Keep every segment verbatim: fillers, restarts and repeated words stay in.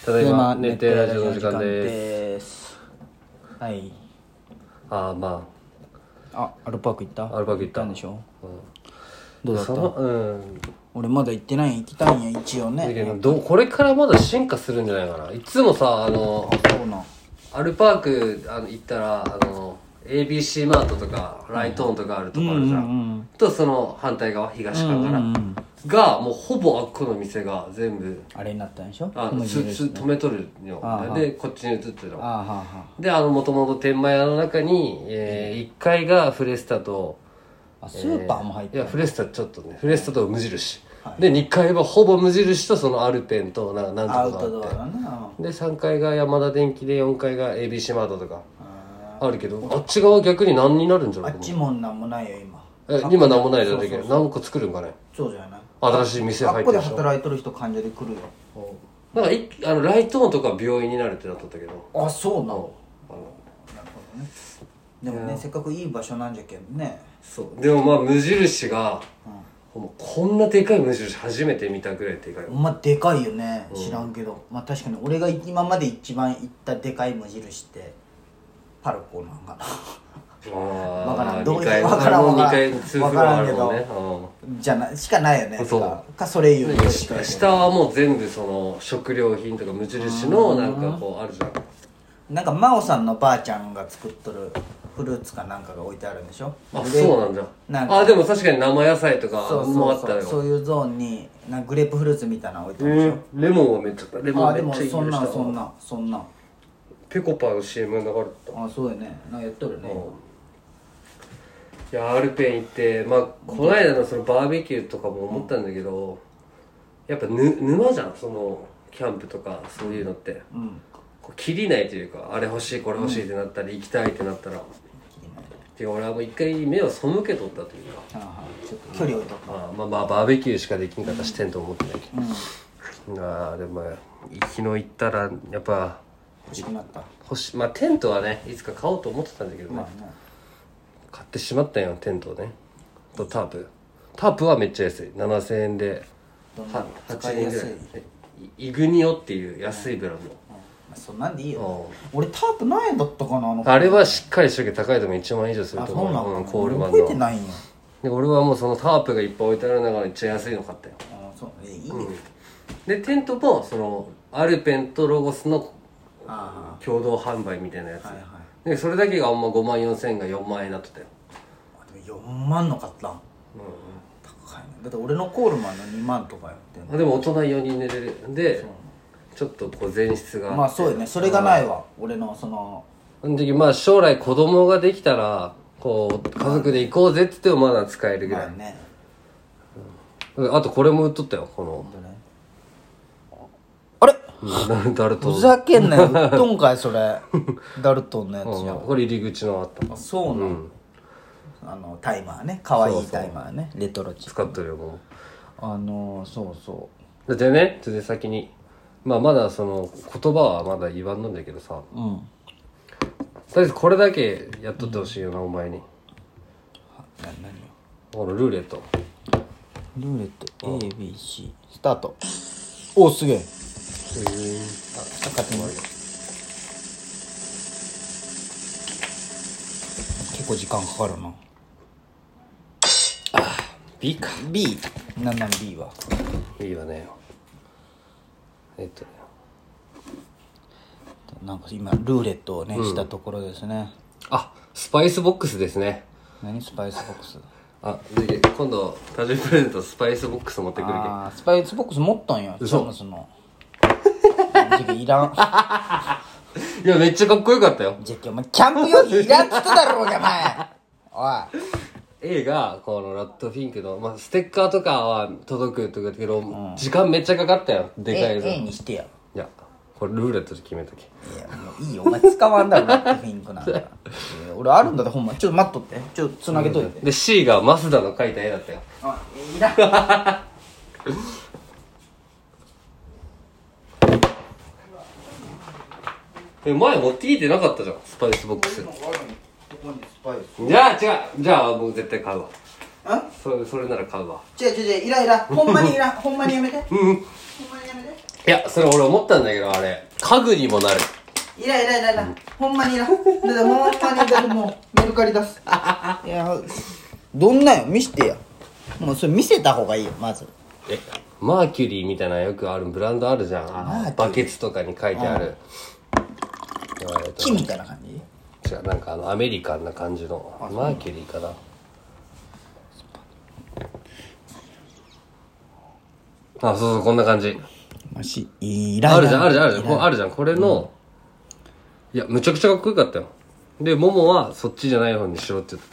ただいま熱帯ラジオの時間です。 はい。 ああまあ。あ、アルパーク行った？ アルパーク行ったんでしょ。うん、どうだった？ うん。 俺まだ行ってない。行きたいんや一応ね。 だけどどこれからまだ進化するんじゃないかな。いつもさあのあそうな。 アルパークあの行ったらあの エービーシー マートとかライトオンとかあるとこあるじゃん。うんうんうん、とその反対側東側から。うんうんうんがもうほぼあっこの店が全部あれになったんでしょ。 あすす止めとるよ。でこっちに移ってるの。 あははであのもともと天満屋の中に、えー、いっかいがフレスタとあスーパーも入ってる、 えー、いやフレスタちょっとねフレスタと無印、はい、でにかいはほぼ無印とそのアルペンとななんとかがあってでさんがいがヤマダ電機でよんかいが エービーシー マートとかあるけどあっち側逆に何になるんじゃないあっちもなんもないよ今え今何もないだけど何個作るんかねそうじゃない新しい店入ってるでしょ。 あっこで働いとる人患者で来るよ。 なんかいあのライトオンとか病院になるってなっとったけど。 あそうなの。なるほどね。でもねせっかくいい場所なんじゃけどね。 そうでもまあ無印が、うん、もうこんなでかい無印初めて見たぐらいでかい。 まあでかいよね知らんけど、うん、まあ確かに俺が今まで一番行ったでかい無印ってパルコなんかな。わからんどういうわからんわからんけど、うん、じゃなしかないよね。そうかそれ言う下はもう全部その食料品とか無印のなんかこうあるじゃん。 なんか真央さんのばあちゃんが作っとるフルーツかなんかが置いてあるんでしょ。 あそうなんだ。なんあでも確かに生野菜とかもあったよ。 そういうゾーンになんかグレープフルーツみたいなの置いてあるでしょ、 うん、レモンはめっちゃレモンめっちゃいいでもそんなそんなそんなペコパの シーエム が流れてた。 あそうやねなんかやっとるね。 いやアルペン行ってまあこの間のそのバーベキューとかも思ったんだけど、やっぱぬ沼じゃんそのキャンプとかそういうのって、うん、こう切りないというかあれ欲しいこれ欲しいってなったり、うん、行きたいってなったらで俺はもう一回目を背けとったというかあちょっと距離を置いとった、 あまあまあバーベキューしかできんかったし、うん、テントも持ってないけど、うん、ああでも昨日行ったらやっぱ欲しくなった欲しまあテントはねいつか買おうと思ってたんだけどね、まあね買ってしまったよテントをねとタープタープはめっちゃ安いななせんえんでははちにんぐらいイグニオっていう安いブランド、うんうんまあ、そんなんでいいよ、うん、俺タープ何円だったかな あ, のあれはしっかりしとけ高いともいちまん以上すると思う。 あそうなの、 うん、コールマンの覚えてないんやで俺はもうそのタープがいっぱい置いてある中でめっちゃ安いの買ったよ。 あそうえいいよ、 うん、でテントもそのアルペンとロゴスの共同販売みたいなやつ、はいはい、でそれだけがごまんよんせんえんがよんまんえんになってたよ。 でもよんまんの買ったん、うんうん、高いね。だって俺のコールマンのにまんとかやってんの。 でも大人よにん寝れるでちょっとこう前室がまあそうよねそれがないわ、うん、俺のそのでまあ将来子供ができたらこう家族で行こうぜって言ってもまだ使えるぐらい、まあねうん、あとこれも売っとったよこのあれダルトンふざけんなよ売っとんかいそれダルトンのやつじゃん、 うん、これ入り口のあったあそうなの、うん、あのタイマーねかわいいタイマーねレトロチ使ってるよもうあのー、そうそうでねで先にまあまだその言葉はまだ言わんのんだけどさ、うん、とりあえずこれだけやっとってほしいよな、うん、お前に何何よこのルーレットルーレット エービーシー スタートおおすげえへえあ勝手に結構時間かかるなあ B か B なんなん B は B はねえっとなんか今ルーレットをね、うん、したところですね。 あスパイスボックスですね。 何スパイスボックスあで今度誕生日プレゼントスパイスボックス持ってくるけあスパイスボックス持ったんやチャムスのいらんいやめっちゃかっこよかったよ。 じゃあお前キャンプ用品いらんっつっただろうがお前おい A がこのラットフィンクの、まあ、ステッカーとかは届くとかだけど、うん、時間めっちゃかかったよでかいの A, A にしてやいやこれルーレットで決めとけ。 いやもういいよお前使わんだろラットフィンクなんか俺あるんだってほんまちょっと待っとってちょっとつなげといて、 うん、で C がマスダの描いた絵だったよ。 あいらんえ前持ってきてなかったじゃんスパイスボックス。じゃあ違うじゃあ僕絶対買うわ。 あそれそれなら買うわ。 違う違う違うイライラほんまにイラほんまにやめてうんほんまにやめていやそれ俺思ったんだけど、あれ家具にもなる。 いらいらいらいら、うん、ほんまにいらだってほんまにだってもうメルカリ出すいやどんなよ見してや、もうそれ見せた方がいいよまず。 えマーキュリーみたいなよくあるブランドあるじゃん、あのバケツとかに書いてある、 うん、木みたいな感じ。 違う、なんかあのアメリカンな感じのマーキュリーかな。あ、そうそう、こんな感じ。 マジいらあるじゃんあるじゃんあるじゃんこあるじゃんこれの、うん、いやむちゃくちゃかっこよかったよ。でモモはそっちじゃない方にしろって言った。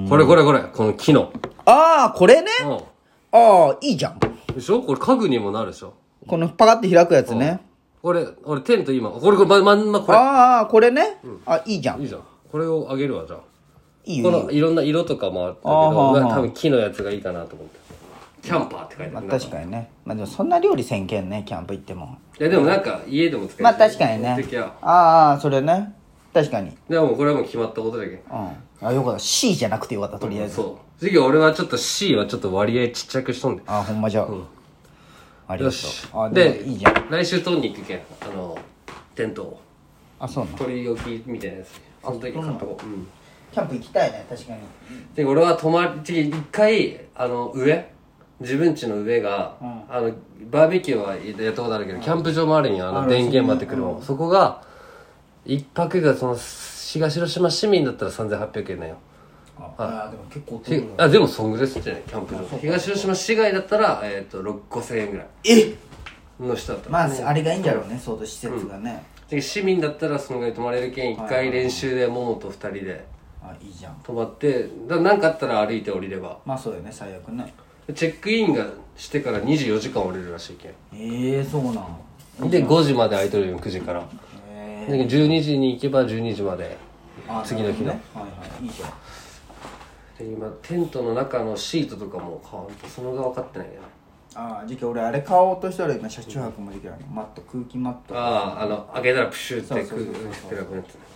これこれこれこの木の、 ああこれね、うん、ああいいじゃんでしょ。これ家具にもなるでしょ、 このパカって開くやつね、 うん、俺俺テント今これこれままんまこれ、 ああこれね、うん、あいいじゃんいいじゃん。これをあげるわ。じゃあいいよ、 このいろんな色とかもあったけど、まあ、多分木のやつがいいかなと思って。キャンパーって書いてある、 まあ、確かにね。まあでもそんな料理せんけんね、キャンプ行っても。 いやでもなんか家でも使える。 まあ確かにね。ああそれね、確かに。 でもこれはもう決まったことだけど、 うん、あよかった。 C じゃなくてよかった、とりあえず、 うん、そう次俺はちょっと C はちょっと割合ちっちゃくしとんで。 あほんまじゃあ、うん、ありがとう。あでいいじゃん。 来週取りに行くけん、あのテントを。 あそうなの。 取り置きみたいなやつ、その時買っとこう。うん、 キャンプ行きたいね、確かに。 で俺は泊まり一回あの上自分家の上が、うん、あのバーベキューはやったことあるけど、うん、キャンプ場もあるんよ、あの電源持ってくるもん、うん、そこが一泊がその東広島市民だったらさんぜんはっぴゃくえんだよ。 ああでも結構遠い。あでもそんぐらいするんじゃない、キャンプ場。東広島市外だったらえっ、ー、とごせんえんぐらいえの下だったら、 まああれがいいんだろうね、そうと施設がね、 うん、で市民だったらそのぐらい泊まれるけん、一回練習でモモとふたりであいいじゃん泊まって、だ何かあったら歩いて降りれば。 まあそうだよね、最悪ね。 チェックインがしてからにじゅうよじかん降りるらしいけん。 ええー、そうなんでごじまで空いとるよ、くじから。へえー、じゅうにじに行けばじゅうにじまで、次の日の、ね、はいはいいいじゃん。で今テントの中のシートとかも買わんとそのが分かってないよね。ああ時期俺あれ買おうとしたら今車中泊もできる、うん、マット空気マット。 あああの開けたらプシュって空気がなくなって。い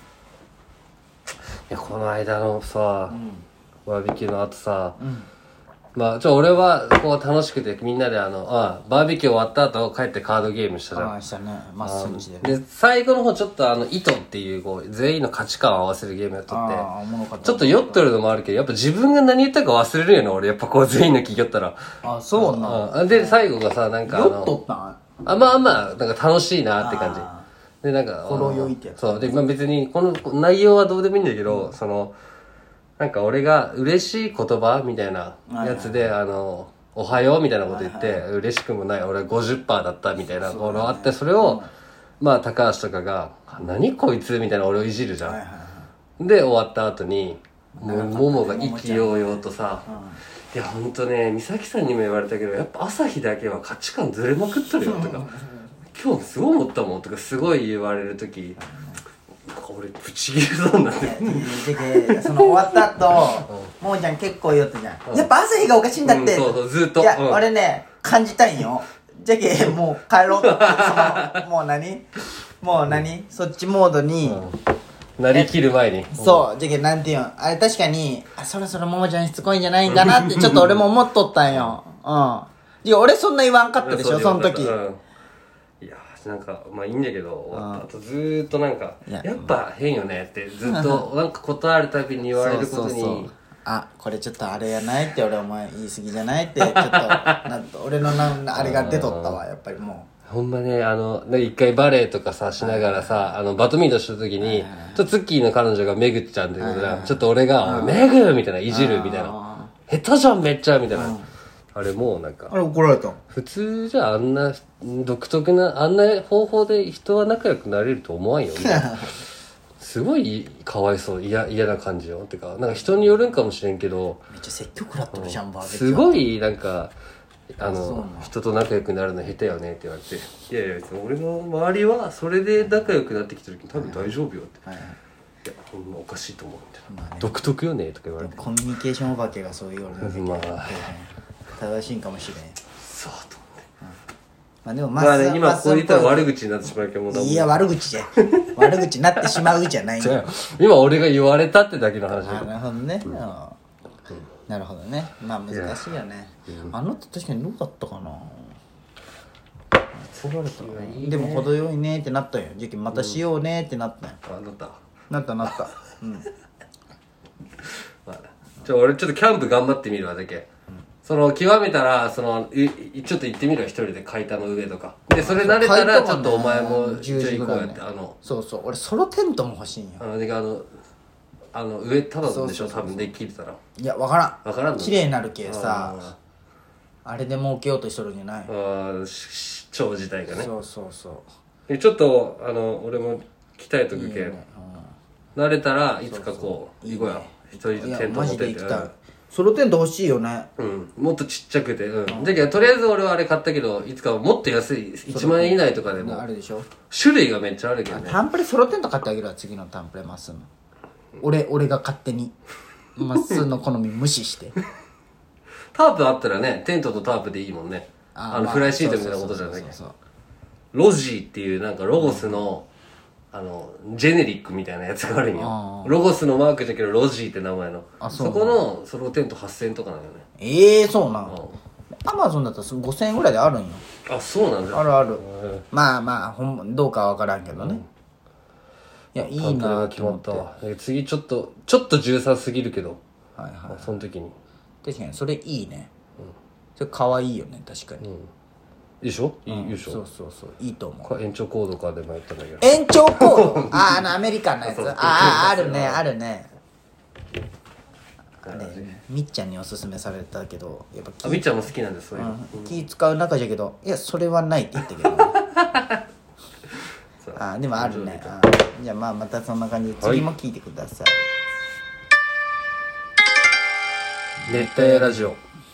やこの間のさ、うん、バーベキューの後さ、うんまあ、ちょ俺はこう楽しくてみんなであのあバーベキュー終わった後帰ってカードゲームしたじゃん。 ああしたね、まっすぐで、 ね、で最後の方ちょっとあの糸っていうこう全員の価値観を合わせるゲームやっとって、 あおもろかった。 ちょっと酔っとるのもあるけどやっぱ自分が何言ったか忘れるよね俺、やっぱこう全員の聞きよったら。 あそうなあで最後がさなんかあの酔っとったんあまあまあなんか楽しいなって感じで、なんかほろ酔いってやつ。 そうで、まあ、別にこの内容はどうでもいいんだけど、うん、そのなんか俺が嬉しい言葉みたいなやつで、はいはいはい、あのおはようみたいなこと言って、はいはい、嬉しくもない俺 ごじゅっパーセント だったみたいなものあって、それを、うん、まあ高橋とかが何こいつみたいな俺をいじるじゃん、はいはいはい、で終わった後にもうももが意気揚々とさ、うん、いやほんとね美咲さんにも言われたけどやっぱ朝日だけは価値観ずれまくっとるよとか今日すごい思ったもんとかすごい言われる時俺ブチギレそうになってでその終わった後、うん、ももちゃん結構言おったじゃん、うん、やっぱ朝日がおかしいんだって、 うん、そうそうずっといや、うん、俺ね感じたいんよじゃけもう帰ろうってそのもう何もう何、うん、そっちモードに、 うん、なりきる前にそうじゃけなんていうのあれ確かにあそろそろももちゃんしつこいんじゃないんかなってちょっと俺も思っとったんようんいや俺そんな言わんかったでしょその時、うんなんかまあいいんだけど終わった後ずーっとなんかやっぱ変よねってずっとなんかことあるたびに言われることにそうそうそうあこれちょっとあれやないって俺お前言い過ぎじゃないってちょっとなんと俺のなあれが出とったわやっぱりもうほんまねあの一回バレエとかさしながらさあのバドミントンした時にちょっとツッキーの彼女がメグちゃんってことじゃんちょっと俺が「メグ!」みたいないじるみたいな「下手じゃんめっちゃ」みたいなあれもうなんかあれ怒られた普通じゃあんな独特なあんな方法で人は仲良くなれると思わんよみたいなすごいかわいそう嫌な感じよってかなんか人によるんかもしれんけどめっちゃ説教食らっとるじゃんバーベキューすごいなんかあの人と仲良くなるの下手よねって言われていやいや別に俺の周りはそれで仲良くなってきた時に多分大丈夫よって、はいはいいやほんまおかしいと思うみたいな、まあね、独特よねとか言われてコミュニケーションお化けがそう言われるまあ正しいんかもしれんそうと思って、 うん、まあでもまあね今こう言ったら悪口になってしまうけどいや悪口じゃ悪口になってしまうじゃないんだ今俺が言われたってだけの話だあなるほどね、うんうん、なるほどねまあ難しいよね、うん、あのって確かにどうだったかな怒られたね。いいね。でも程よいねってなったんよ。じゃあまたしようねってなったんよ。 あ、なったなったなったうん。 まあ、じゃあ俺ちょっとキャンプ頑張ってみるわだけ、うん、その極めたらそのいちょっと行ってみるわ一人で階段の上とかで、それ慣れたらちょっとお前もじゅうじぐらい、ね、 あのそうそう俺ソロテントも欲しいんよ。 あのあのあの上ただでしょ多分できてたら。 いや分からん分からんの綺麗になるけさ あ, あれで儲けようとしとるんじゃない。 ああ市長自体がね。 そうそうそうちょっとあの俺も鍛えとくけん、ね、うん、慣れたらいつかこう行こうや一人でテント持ってって。 ソロテント欲しいよね。 うんもっとちっちゃくて、うん、だけどとりあえず俺はあれ買ったけどいつかはもっと安いいちまんえん以内とかでもあるでしょ。 種類がめっちゃあるけどね。 タンプレソロテント買ってあげるわ次のタンプレまっすーの。俺俺が勝手にまっすーの好み無視してタープあったらねテントとタープでいいもんね。あ, あの、まあ、フライシートみたいなことじゃないけどロジーっていうなんかロゴスの、うん、あのジェネリックみたいなやつがあるんよ。ロゴスのマークだけどロジーって名前の そ, そこのソロテントはっせんえんとかなんよね。 ええー、そうなん。アマゾンだったらごせんえんぐらいであるんよ。 あそうなんだ。 あるある、うん、まあまあほんどうかは分からんけどね、うん、いやいいなと思って。 次ちょっとちょっと重さすぎるけど、はいはい、その時に確かにそれいいね、うん、それ可愛いよね確かに、うん、 いいでしょ、いい、うん、でしょ。 そうそうそういいと思う。 これ延長コードかで迷ったんだけど。 延長コードああのアメリカンのやつあああるねあるねあれみっちゃんにおすすめされたけどやっぱみっちゃんも好きなんですそういうの、 うん、気使う中じゃけどいやそれはないって言ったけど、ね、あでもあるね。あじゃあまあまたそんな感じで次も聞いてください、 はい、熱帯夜ラジオ。